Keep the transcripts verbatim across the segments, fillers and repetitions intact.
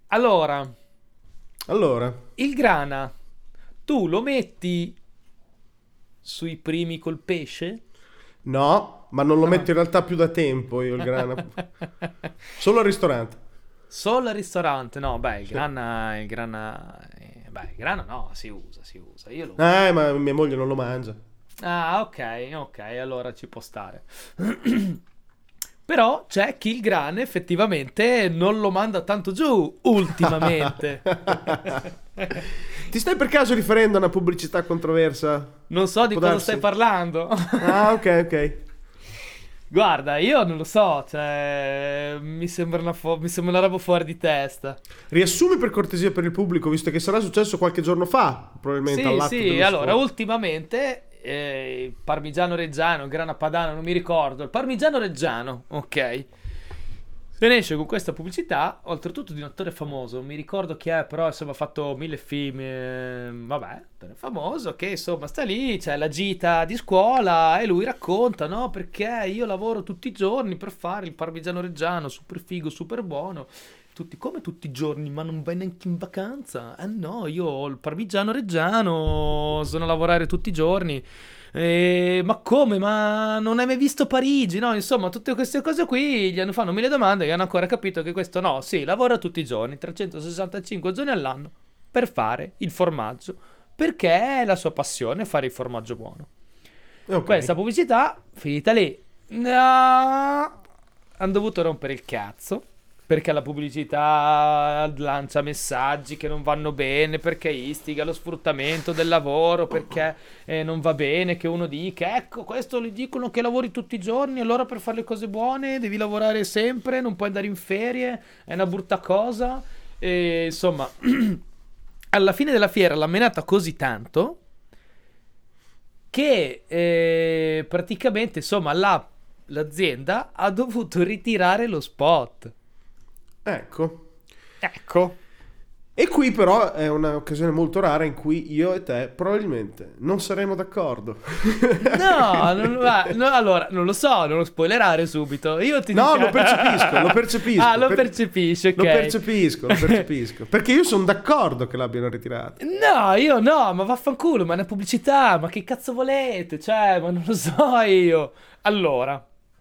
Allora, Allora, il grana, tu lo metti sui primi col pesce? no, ma non lo Ah. metto in realtà più da tempo io il grana. Solo al ristorante. Solo al ristorante? No, beh, il Sì. grana, il grana, eh, beh, il grana no, si usa, si usa. Io lo uso. Eh, ma mia moglie non lo mangia. Ah, ok, ok, allora ci può stare. Però c'è chi il grana effettivamente non lo manda tanto giù ultimamente. Ti stai per caso riferendo a una pubblicità controversa? Non so di Può cosa darsi? stai parlando. Ah, ok, ok. Guarda, io non lo so, cioè, mi sembra una, fo- mi sembra una roba fuori di testa. Riassumi per cortesia per il pubblico, visto che sarà successo qualche giorno fa, probabilmente Sì, all'atto sì, dello allora, scontro. ultimamente, eh, il parmigiano reggiano, il grana padano, non mi ricordo, il parmigiano reggiano, ok. Se ne esce con questa pubblicità, oltretutto di un attore famoso, non mi ricordo chi è, però insomma ha fatto mille film, eh, vabbè, attore famoso, che insomma sta lì, c'è la gita di scuola e lui racconta, no, perché io lavoro tutti i giorni per fare il parmigiano reggiano, super figo, super buono, tutti, come tutti i giorni, ma non vai neanche in vacanza? Eh no, io ho il parmigiano reggiano, sono a lavorare tutti i giorni. Eh, ma come? Ma non hai mai visto Parigi? No, insomma, tutte queste cose qui gli hanno fanno mille domande e hanno ancora capito che questo no, sì, lavora tutti i giorni, trecentosessantacinque giorni all'anno per fare il formaggio, perché è la sua passione fare il formaggio buono. Ok. Questa pubblicità, finita lì, no, hanno dovuto rompere il cazzo. Perché la pubblicità lancia messaggi che non vanno bene, perché istiga lo sfruttamento del lavoro, perché eh, non va bene che uno dica, ecco, questo gli dicono che lavori tutti i giorni, allora per fare le cose buone devi lavorare sempre, non puoi andare in ferie, è una brutta cosa. E insomma, alla fine della fiera l'ha menata così tanto che eh, praticamente, insomma, la- l'azienda ha dovuto ritirare lo spot. Ecco. Ecco. E qui però è un'occasione molto rara in cui io e te probabilmente non saremo d'accordo. No, non, va- no, allora, non lo so, non lo spoilerare subito. Io ti No, dico... lo percepisco, lo percepisco. Ah, lo Per- percepisci, ok. Lo percepisco, lo percepisco. Perché io sono d'accordo che l'abbiano ritirato. No, io no, ma vaffanculo, ma è una pubblicità, ma che cazzo volete? Cioè, ma non lo so io. Allora,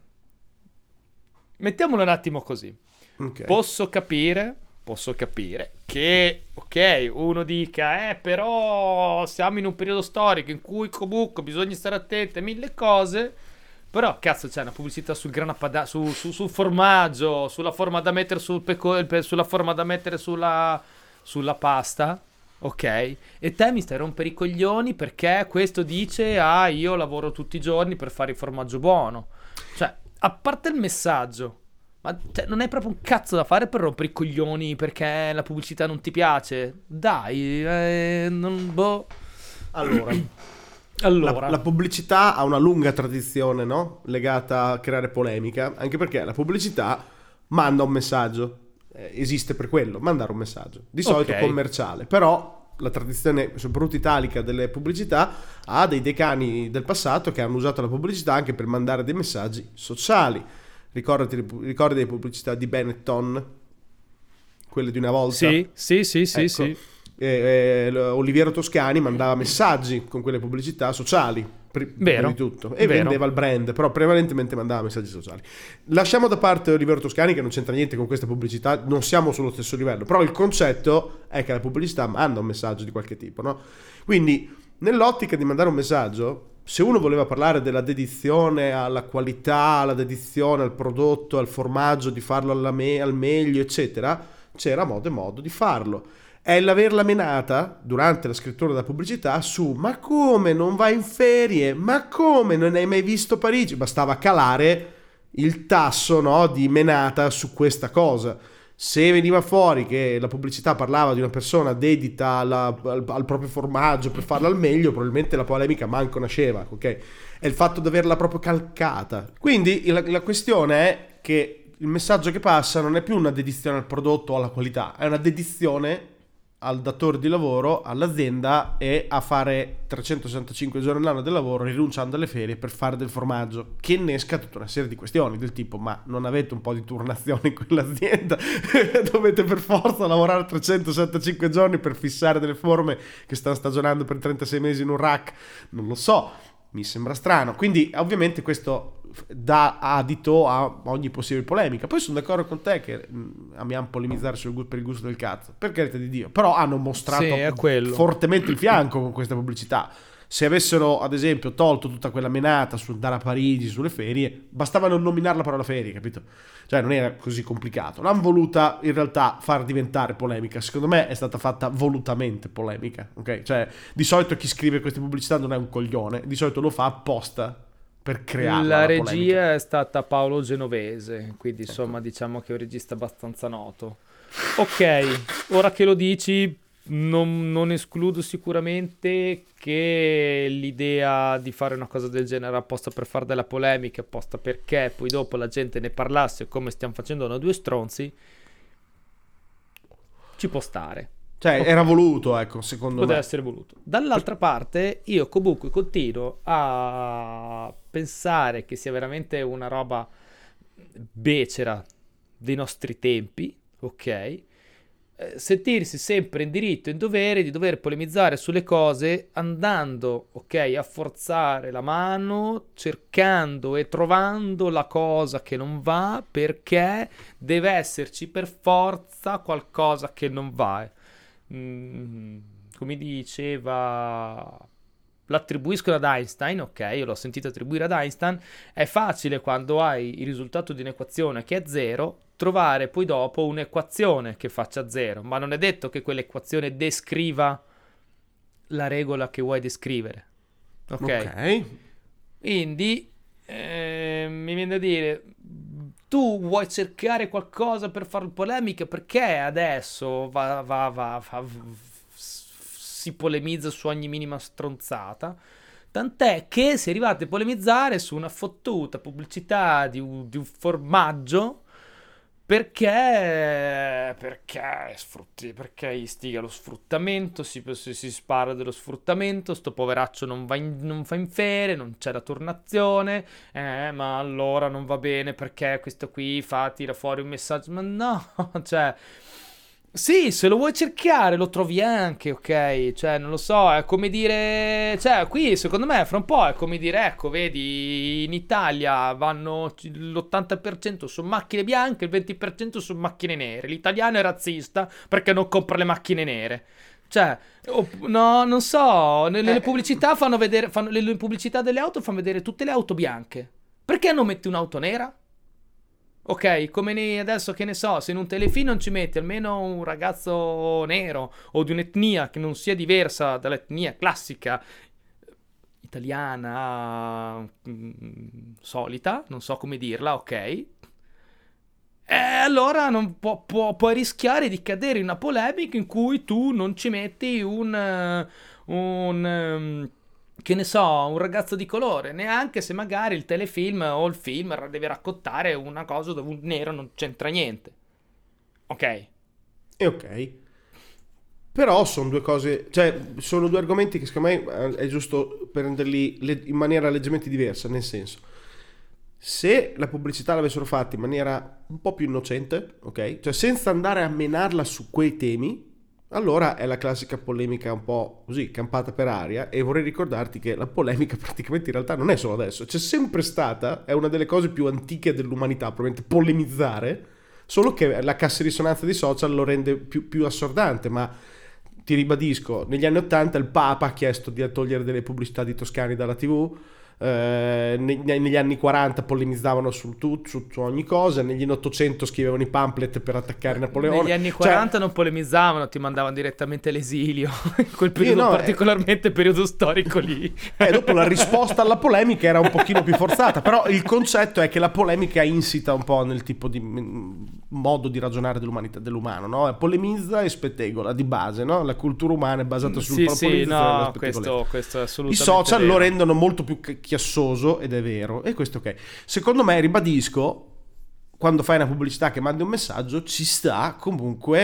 mettiamolo un attimo così. Ok. Posso capire, posso capire che, ok, uno dica, eh, però siamo in un periodo storico in cui comunque bisogna stare attenti a mille cose, però cazzo c'è una pubblicità sul grana padano, su, su- sul formaggio, sulla forma da mettere sul peco, il pe- sulla forma da mettere sulla, sulla pasta, ok? E te mi stai a rompere i coglioni perché questo dice, ah, io lavoro tutti i giorni per fare il formaggio buono. Cioè, a parte il messaggio, ma cioè, non hai proprio un cazzo da fare per rompere i coglioni perché la pubblicità non ti piace? Dai, eh, non, boh. Allora, Allora, la, la pubblicità ha una lunga tradizione, no? Legata a creare polemica, anche perché la pubblicità manda un messaggio. Eh, esiste per quello, mandare un messaggio. Di solito Ok. commerciale, però la tradizione, soprattutto italica, delle pubblicità ha dei decani del passato che hanno usato la pubblicità anche per mandare dei messaggi sociali. Ricordati, ricordi le pubblicità di Benetton? Quelle di una volta? sì, sì, sì, sì, Ecco. sì. Eh, eh, Oliviero Toscani mandava messaggi con quelle pubblicità sociali, pri- prima Vero, di tutto, e vero. vendeva il brand, però prevalentemente mandava messaggi sociali. Lasciamo da parte Oliviero Toscani che non c'entra niente con questa pubblicità, non siamo sullo stesso livello, però il concetto è che la pubblicità manda un messaggio di qualche tipo, no? Quindi nell'ottica di mandare un messaggio, se uno voleva parlare della dedizione alla qualità, alla dedizione al prodotto, al formaggio, di farlo alla me- al meglio, eccetera, c'era modo e modo di farlo. È l'averla menata durante la scrittura della pubblicità su ma come non vai in ferie, ma come non hai mai visto Parigi, bastava calare il tasso, no, di menata su questa cosa. Se veniva fuori che la pubblicità parlava di una persona dedita alla- al, al proprio formaggio per farlo al meglio, probabilmente la polemica manco nasceva, ok? È il fatto di averla proprio calcata. Quindi la, la questione è che il messaggio che passa non è più una dedizione al prodotto o alla qualità, è una dedizione al datore di lavoro, all'azienda, e a fare trecentosessantacinque giorni all'anno del lavoro rinunciando alle ferie per fare del formaggio, che innesca tutta una serie di questioni del tipo: ma non avete un po' di turnazione in quell'azienda? Dovete per forza lavorare trecentosessantacinque giorni per fissare delle forme che stanno stagionando per trentasei mesi in un rack? Non lo so, mi sembra strano. Quindi ovviamente questo dà adito a ogni possibile polemica. Poi sono d'accordo con te che mh, amiamo polemizzare sul, gu- per il gusto del cazzo, per carità di Dio, però hanno mostrato Sì, è quello. fortemente il fianco con questa pubblicità. Se avessero ad esempio tolto tutta quella menata su andare a Parigi sulle ferie, bastava non nominare la parola ferie, capito? Cioè non era così complicato. L'hanno voluta in realtà far diventare polemica. Secondo me è stata fatta volutamente polemica, ok? Cioè di solito chi scrive queste pubblicità non è un coglione, di solito lo fa apposta per creare la, la regia polemica. è stata Paolo Genovese, quindi insomma diciamo che è un regista abbastanza noto. Ok, ora che lo dici, non, non escludo sicuramente che l'idea di fare una cosa del genere apposta per fare della polemica, apposta perché poi dopo la gente ne parlasse come stiamo facendo noi due stronzi, ci può stare. Cioè era voluto, ecco, secondo Poteva me. essere voluto. Dall'altra parte, io comunque continuo a pensare che sia veramente una roba becera dei nostri tempi, ok? Eh, sentirsi sempre in diritto e in dovere di dover polemizzare sulle cose andando, ok, a forzare la mano, cercando e trovando la cosa che non va, perché deve esserci per forza qualcosa che non va. Mm, come diceva, l'attribuiscono ad Einstein, ok, io l'ho sentito attribuire ad Einstein. È facile quando hai il risultato di un'equazione che è zero trovare poi dopo un'equazione che faccia zero, ma non è detto che quell'equazione descriva la regola che vuoi descrivere, ok, Ok. quindi eh, mi viene da dire, tu vuoi cercare qualcosa per fare polemica, perché adesso va, va, va, va, si polemizza su ogni minima stronzata, tant'è che si è arrivati a polemizzare su una fottuta pubblicità di un, di un formaggio perché perché sfrutti, perché istiga lo sfruttamento, si, si, si spara dello sfruttamento, sto poveraccio non va in, non fa in ferie, non c'è la turnazione, eh, ma allora non va bene perché questo qui fa, tira fuori un messaggio, ma no, cioè sì, se lo vuoi cercare lo trovi anche, ok? Cioè, non lo so, è come dire, cioè, qui secondo me fra un po' è come dire, ecco, vedi, in Italia vanno l'ottanta per cento su macchine bianche, il venti per cento su macchine nere. L'italiano è razzista perché non compra le macchine nere. Cioè, oh, no, non so, nelle le pubblicità fanno vedere, fanno, le, le pubblicità delle auto fanno vedere tutte le auto bianche. Perché non metti un'auto nera? Ok, come ne, adesso che ne so, se in un telefilm non ci metti almeno un ragazzo nero o di un'etnia che non sia diversa dall'etnia classica italiana, mm, solita, non so come dirla, ok? E allora non può, può, puoi rischiare di cadere in una polemica in cui tu non ci metti un... uh, un um, che ne so, un ragazzo di colore, neanche se magari il telefilm o il film deve raccontare una cosa dove un nero non c'entra niente. Ok. E ok. Però sono due cose, cioè sono due argomenti che secondo me è giusto prenderli in maniera leggermente diversa, nel senso, se la pubblicità l'avessero fatta in maniera un po' più innocente, ok? Cioè senza andare a menarla su quei temi, allora è la classica polemica un po' così, campata per aria, e vorrei ricordarti che la polemica praticamente in realtà non è solo adesso, c'è sempre stata, è una delle cose più antiche dell'umanità, probabilmente polemizzare, solo che la cassa risonanza dei social lo rende più, più assordante, ma ti ribadisco, negli anni ottanta il Papa ha chiesto di togliere delle pubblicità di Toscani dalla tivù, eh, negli anni quaranta polemizzavano su, tutto, su, su ogni cosa, negli anni ottocento scrivevano i pamphlet per attaccare Napoleone. Negli anni quaranta cioè, non polemizzavano, ti mandavano direttamente all'esilio in quel periodo, no, particolarmente eh, periodo storico lì. Eh, dopo la risposta alla polemica era un pochino più forzata, però il concetto è che la polemica insita un po' nel tipo di modo di ragionare dell'umanità, dell'umano, no? Polemizza e spettegola di base, no? La cultura umana è basata sul sì, polemizzazione sì, no, questo, questo è assolutamente i social vero. Lo rendono molto più chiassoso, ed è vero, e questo ok. Secondo me, ribadisco, quando fai una pubblicità che mandi un messaggio, ci sta comunque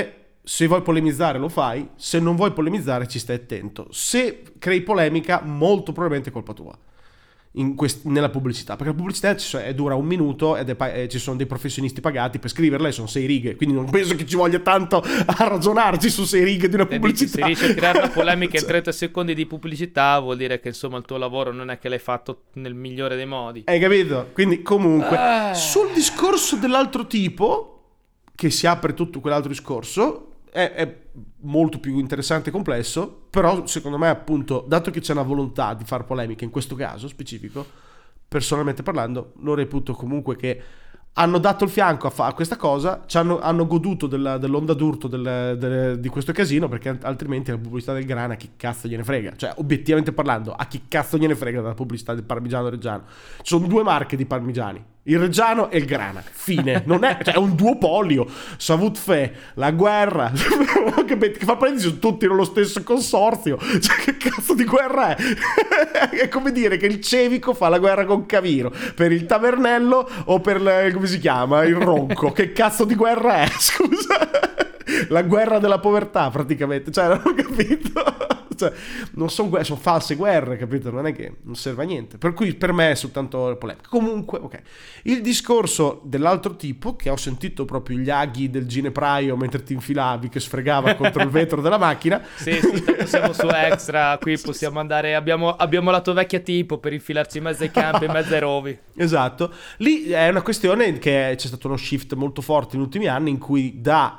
se vuoi polemizzare lo fai, se non vuoi polemizzare ci stai attento. Se crei polemica, molto probabilmente è colpa tua in quest- nella pubblicità, perché la pubblicità è, dura un minuto ed è pa- eh, ci sono dei professionisti pagati per scriverla e sono sei righe, quindi non penso che ci voglia tanto a ragionarci su sei righe di una pubblicità. Se riesci a creare una polemica in trenta secondi di pubblicità, vuol dire che insomma il tuo lavoro non è che l'hai fatto nel migliore dei modi. Hai capito? Quindi comunque ah. sul discorso dell'altro tipo, che si apre tutto quell'altro discorso, è, è molto più interessante e complesso, però secondo me appunto, dato che c'è una volontà di far polemica in questo caso specifico, personalmente parlando lo reputo comunque che hanno dato il fianco a, fa- a questa cosa, ci hanno, hanno goduto della, dell'onda d'urto del, del, di questo casino, perché altrimenti la pubblicità del grana a chi cazzo gliene frega, cioè obiettivamente parlando a chi cazzo gliene frega della pubblicità del parmigiano reggiano. Ci sono due marche di parmigiani, il reggiano e il grana, fine, non è, cioè è un duopolio, savut fe, la guerra che fa prendere su tutti nello stesso consorzio, cioè che cazzo di guerra è? È come dire che il Cevico fa la guerra con Caviro per il Tavernello o per il, come si chiama, il Ronco, che cazzo di guerra è, scusa? La guerra della povertà praticamente, cioè non ho capito. Cioè, non sono guerre, sono false guerre, capito? Non è che non serve a niente. Per cui per me è soltanto polemica. Comunque, ok. Il discorso dell'altro tipo, che ho sentito proprio gli aghi del ginepraio mentre ti infilavi, che sfregava contro il vetro della macchina. Sì, sì, siamo su Extra, qui possiamo andare, abbiamo, abbiamo la tua vecchia tipo per infilarci in mezzo ai campi, in mezzo ai rovi. Esatto. Lì è una questione che c'è stato uno shift molto forte negli ultimi anni in cui da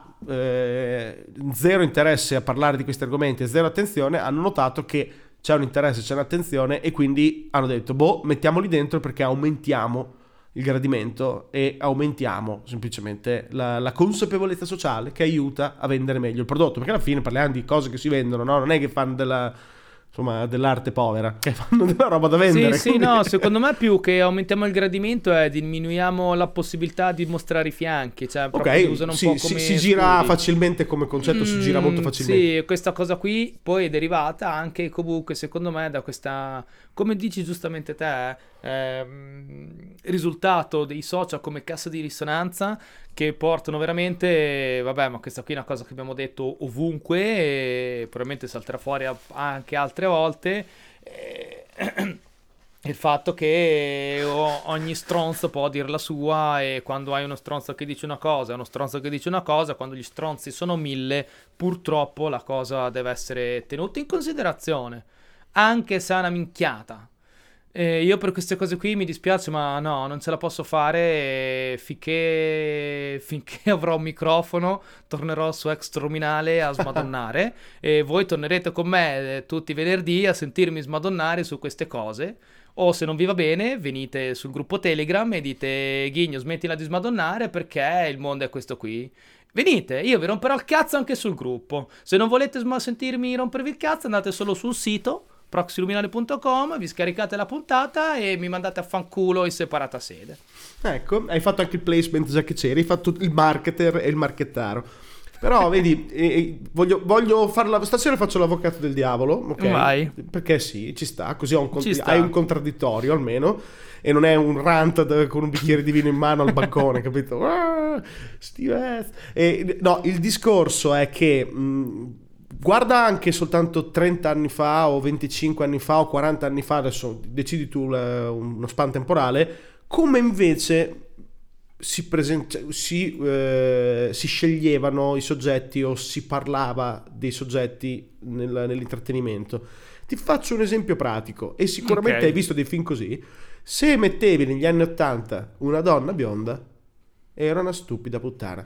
Eh, zero interesse a parlare di questi argomenti e zero attenzione, hanno notato che c'è un interesse, c'è un'attenzione e quindi hanno detto boh, mettiamoli dentro perché aumentiamo il gradimento e aumentiamo semplicemente la, la consapevolezza sociale che aiuta a vendere meglio il prodotto, perché alla fine parliamo di cose che si vendono, no? Non è che fanno della insomma dell'arte povera, che fanno della roba da vendere. Sì, quindi... sì, no, secondo me più che aumentiamo il gradimento è diminuiamo la possibilità di mostrare i fianchi, cioè ok, usano un sì, po' si, come si gira scudi. facilmente come concetto, mm, si gira molto facilmente. Sì, questa cosa qui poi è derivata anche comunque secondo me da questa, come dici giustamente te, ehm, risultato dei social come cassa di risonanza che portano veramente, vabbè, ma questa qui è una cosa che abbiamo detto ovunque e probabilmente salterà fuori anche altre volte, eh, il fatto che ogni stronzo può dire la sua e quando hai uno stronzo che dice una cosa, uno stronzo che dice una cosa, quando gli stronzi sono mille, purtroppo la cosa deve essere tenuta in considerazione, anche se è una minchiata. Eh, io per queste cose qui mi dispiace, ma no, non ce la posso fare finché, finché avrò un microfono, tornerò su Extraluminale a smadonnare e voi tornerete con me eh, tutti i venerdì a sentirmi smadonnare su queste cose. O se non vi va bene, venite sul gruppo Telegram e dite Ghigno, smettila di smadonnare perché il mondo è questo qui. Venite, io vi romperò il cazzo anche sul gruppo. Se non volete sm- sentirmi rompervi il cazzo, andate solo sul sito proxyluminale punto com, vi scaricate la puntata e mi mandate a fanculo in separata sede. Ecco, hai fatto anche il placement già che c'eri, hai fatto il marketer e il marchettaro. Però vedi, eh, voglio, voglio farla, stasera faccio l'avvocato del diavolo, ok? Vai. Perché sì, ci sta, così ho un cont- Ci sta. hai un contraddittorio almeno e non è un rant d- con un bicchiere di vino in mano al bancone, capito? Ah, Steve. E, no, il discorso è che mh, guarda anche soltanto trenta anni fa o venticinque anni fa o quaranta anni fa, adesso decidi tu la, uno span temporale, come invece si, present- si, eh, si sceglievano i soggetti o si parlava dei soggetti nel, nell'intrattenimento. Ti faccio un esempio pratico e sicuramente Okay. hai visto dei film così. Se mettevi negli anni ottanta una donna bionda, era una stupida puttana.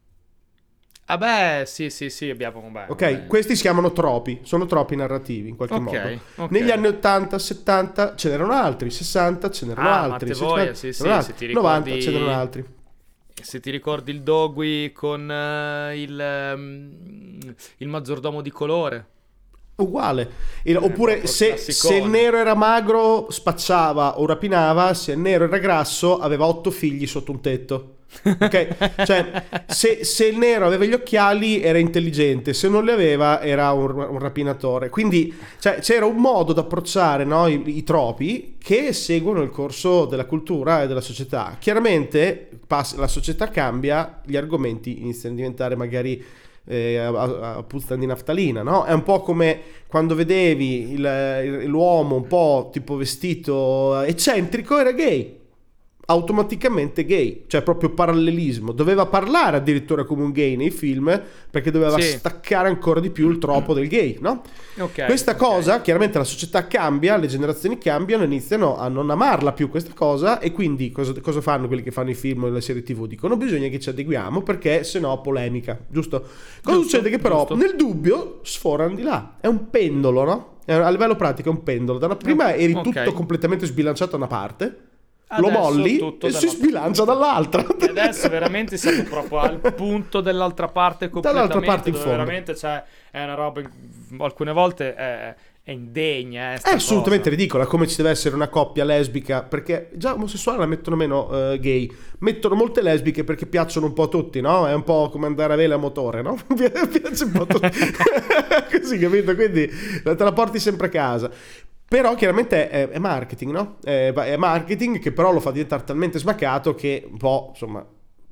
Ah beh, sì, sì, sì, abbiamo... Beh, Ok, vabbè. questi si chiamano tropi, sono tropi narrativi in qualche Ok, modo. ok. Negli anni ottanta, settanta ce n'erano altri, sessanta ce n'erano Ah, altri, Matteboia, settanta sì, ce n'erano sì, altri, se ti ricordi- novanta ce n'erano altri. Se ti ricordi il Dogui con eh, il, ehm, il maggiordomo di colore. Uguale. Il- oppure proprio se, classicone. se il nero era magro spacciava o rapinava, se il nero era grasso aveva otto figli sotto un tetto. Ok? Cioè, se, se il nero aveva gli occhiali era intelligente, se non li aveva era un, un rapinatore. Quindi cioè, c'era un modo di approcciare, no, i, i tropi che seguono il corso della cultura e della società. Chiaramente pass- la società cambia, gli argomenti iniziano a diventare magari eh, a, a, a puzza di naftalina, no? È un po' come quando vedevi il, l'uomo un po' tipo vestito eccentrico, era gay, automaticamente gay, cioè proprio parallelismo, doveva parlare addirittura come un gay nei film perché doveva Sì. staccare ancora di più il troppo del gay, no? Ok, Questa ok. cosa, chiaramente la società cambia, le generazioni cambiano, iniziano a non amarla più questa cosa, e quindi cosa, cosa fanno quelli che fanno i film o le serie tv? Dicono bisogna che ci adeguiamo perché sennò polemica, giusto? Cosa Giusto, succede? Che però giusto. nel dubbio sforano di là, è un pendolo, no? È- a livello pratico è un pendolo, da una prima eri Ok. tutto completamente sbilanciato da una parte, Adesso lo molli tutto e si dall'altra sbilancia dall'altra. E adesso veramente siamo proprio al punto dell'altra parte completamente, Dall'altra parte in dove fondo. veramente c'è, è una roba, alcune volte è, è indegna. Eh, sta È assolutamente cosa. ridicola, come ci deve essere una coppia lesbica, perché già omosessuale la mettono meno eh, gay, mettono molte lesbiche perché piacciono un po' a tutti, no? È un po' come andare a vela a motore, no? Piace un po' a tutti. Così, capito? Quindi te la porti sempre a casa. Però chiaramente è, è marketing, no? È, è marketing che però lo fa diventare talmente sbacato che un po', insomma,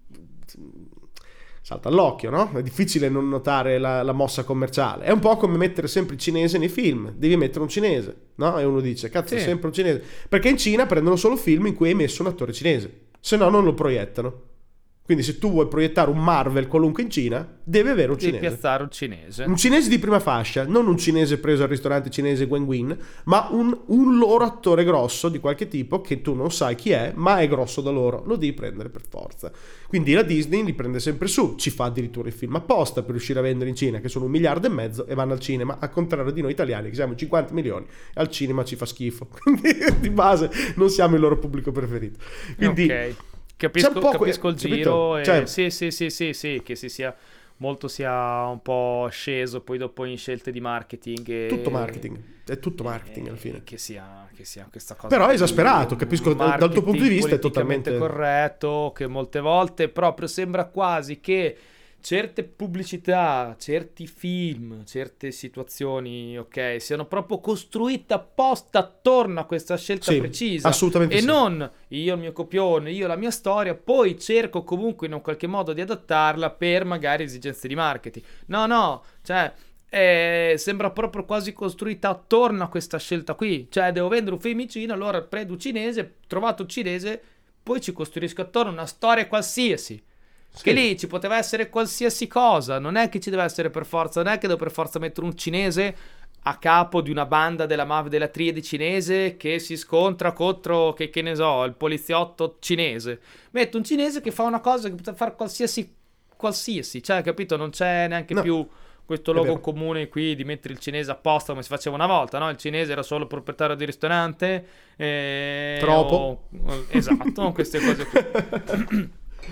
salta all'occhio, no? È difficile non notare la, la mossa commerciale. È un po' come mettere sempre il cinese nei film. Devi mettere un cinese, no? E uno dice, cazzo, Sì. sempre un cinese. Perché in Cina prendono solo film in cui hai messo un attore cinese. Se no non lo proiettano. Quindi se tu vuoi proiettare un Marvel qualunque in Cina, deve avere un Devi cinese. piazzare un cinese. Un cinese di prima fascia, non un cinese preso al ristorante cinese Gwen Win, ma un, un loro attore grosso di qualche tipo che tu non sai chi è, ma è grosso da loro. Lo devi prendere per forza. Quindi la Disney li prende sempre su, ci fa addirittura i film apposta per riuscire a vendere in Cina, che sono un miliardo e mezzo, e vanno al cinema, al contrario di noi italiani, che siamo cinquanta milioni, e al cinema ci fa schifo. Quindi di base non siamo il loro pubblico preferito. Quindi, ok, capisco, c'è un po' que- capisco il capito? giro. E Cioè- sì, sì, sì, sì, sì, che si sia molto sia un po' sceso poi dopo in scelte di marketing. E, tutto marketing, è tutto marketing e- alla fine. Che sia, che sia questa cosa. Però è di esasperato, capisco, dal- dal tuo punto di vista è politicamente totalmente- corretto, che molte volte proprio sembra quasi che certe pubblicità, certi film, certe situazioni, ok, siano proprio costruite apposta attorno a questa scelta Sì, precisa. assolutamente E sì. non io il mio copione, io la mia storia, poi cerco comunque in un qualche modo di adattarla per magari esigenze di marketing. No, no, cioè eh, sembra proprio quasi costruita attorno a questa scelta qui. Cioè devo vendere un film in Cina, allora prendo un cinese, trovato un cinese, poi ci costruisco attorno una storia qualsiasi. Sì. Che lì ci poteva essere qualsiasi cosa, non è che ci deve essere per forza, non è che devo per forza mettere un cinese a capo di una banda della mafia, della triade cinese che si scontra contro, che, che ne so, il poliziotto cinese. Metto un cinese che fa una cosa che poteva fare qualsiasi, qualsiasi, cioè, capito? Non c'è neanche No, più questo è logo vero. comune qui di mettere il cinese apposta come si faceva una volta, no? Il cinese era solo proprietario di ristorante. eh, Troppo. o- esatto, queste cose qui.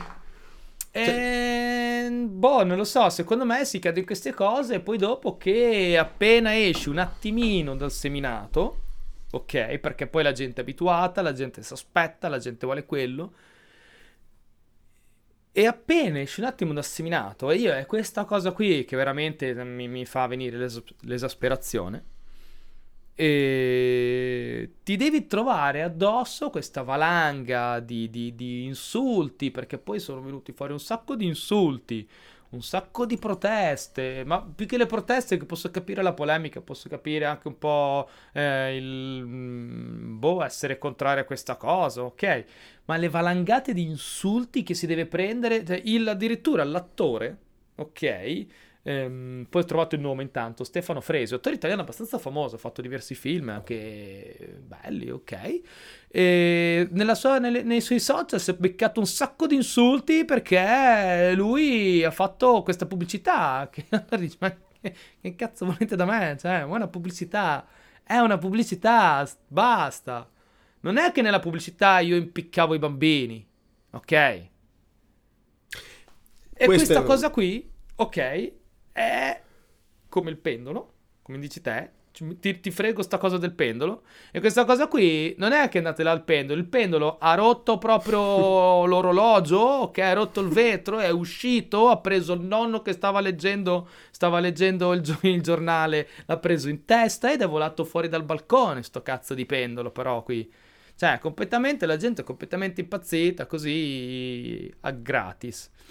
E, boh, non lo so, secondo me si cade in queste cose e poi dopo che appena esci un attimino dal seminato, ok, perché poi la gente è abituata, la gente si aspetta, la gente vuole quello, e appena esci un attimo dal seminato, e io è questa cosa qui che veramente mi, mi fa venire l'es- l'esasperazione, e ti devi trovare addosso questa valanga di, di- di insulti, perché poi sono venuti fuori un sacco di insulti, un sacco di proteste, ma più che le proteste, che posso capire la polemica, posso capire anche un po' eh, il mm, boh, essere contrario a questa cosa, ok, ma le valangate di insulti che si deve prendere, cioè, il, addirittura l'attore, ok. Ehm, poi ho trovato il nome intanto, Stefano Fresi, attore italiano abbastanza famoso, ha fatto diversi film anche belli, ok. E nella sua- nelle- nei suoi social si è beccato un sacco di insulti perché lui ha fatto questa pubblicità. Che allora dici, ma che, che cazzo volete da me? Cioè, ma è una pubblicità, è una pubblicità, s- basta. Non è che nella pubblicità io impiccavo i bambini, ok? E Questo questa è- cosa qui, ok, è come il pendolo, come dici te, ci- ti, ti frego sta cosa del pendolo, e questa cosa qui non è che andate là al pendolo, il pendolo ha rotto proprio l'orologio, ok, ha rotto il vetro, è uscito, ha preso il nonno che stava leggendo, stava leggendo il, gio- il giornale, l'ha preso in testa ed è volato fuori dal balcone, sto cazzo di pendolo però qui. Cioè, completamente, la gente è completamente impazzita, così a gratis.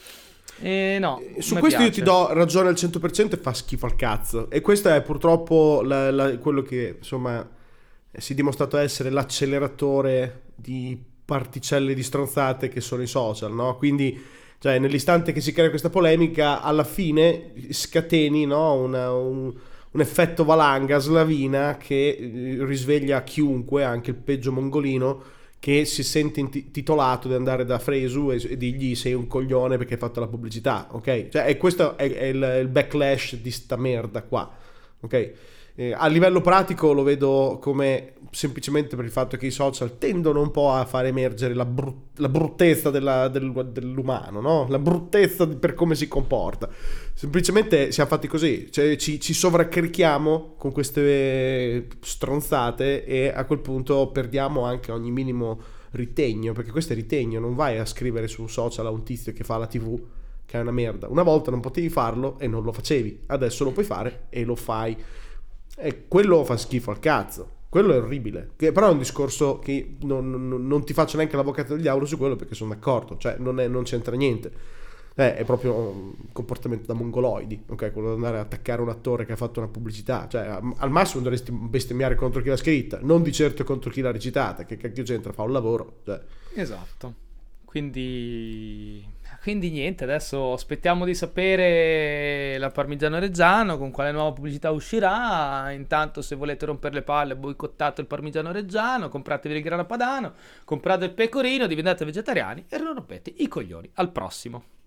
Eh, no, Su mi questo io piace. ti do ragione al cento per cento e fa schifo al cazzo. E questo è purtroppo la- la- quello che insomma si è dimostrato essere l'acceleratore di particelle di stronzate che sono i social, no? Quindi, cioè, nell'istante che si crea questa polemica, alla fine scateni, no? Una- un, un effetto valanga, slavina, che eh, risveglia chiunque, anche il peggio mongolino, che si sente inti- titolato di andare da Fresu e, e dirgli sei un coglione perché hai fatto la pubblicità, ok? Cioè, e questo è, è il, il backlash di sta merda qua, ok? Eh, a livello pratico lo vedo come semplicemente per il fatto che i social tendono un po' a far emergere la, brut- la bruttezza della- del- dell'umano, no? La bruttezza di- per come si comporta. Semplicemente siamo fatti così, cioè ci, ci sovraccarichiamo con queste stronzate e a quel punto perdiamo anche ogni minimo ritegno, perché questo è ritegno, non vai a scrivere su un social a un tizio che fa la tivù che è una merda. Una volta non potevi farlo e non lo facevi, adesso lo puoi fare e lo fai. E quello fa schifo al cazzo. Quello è orribile. Che però è un discorso che non, non- non ti faccio neanche l'avvocato del diavolo su quello perché sono d'accordo. Cioè, non, è- non c'entra niente. Eh, è proprio un comportamento da mongoloidi, ok? Quello di andare a attaccare un attore che ha fatto una pubblicità. Cioè, a- al massimo dovresti bestemmiare contro chi l'ha scritta, non di certo contro chi l'ha recitata. Che cacchio c'entra? Fa un lavoro. Cioè. Esatto. Quindi quindi niente, adesso aspettiamo di sapere la Parmigiano Reggiano con quale nuova pubblicità uscirà. Intanto, se volete rompere le palle, boicottate il Parmigiano Reggiano, compratevi il grana padano, comprate il pecorino, diventate vegetariani e non rompete i coglioni. Al prossimo.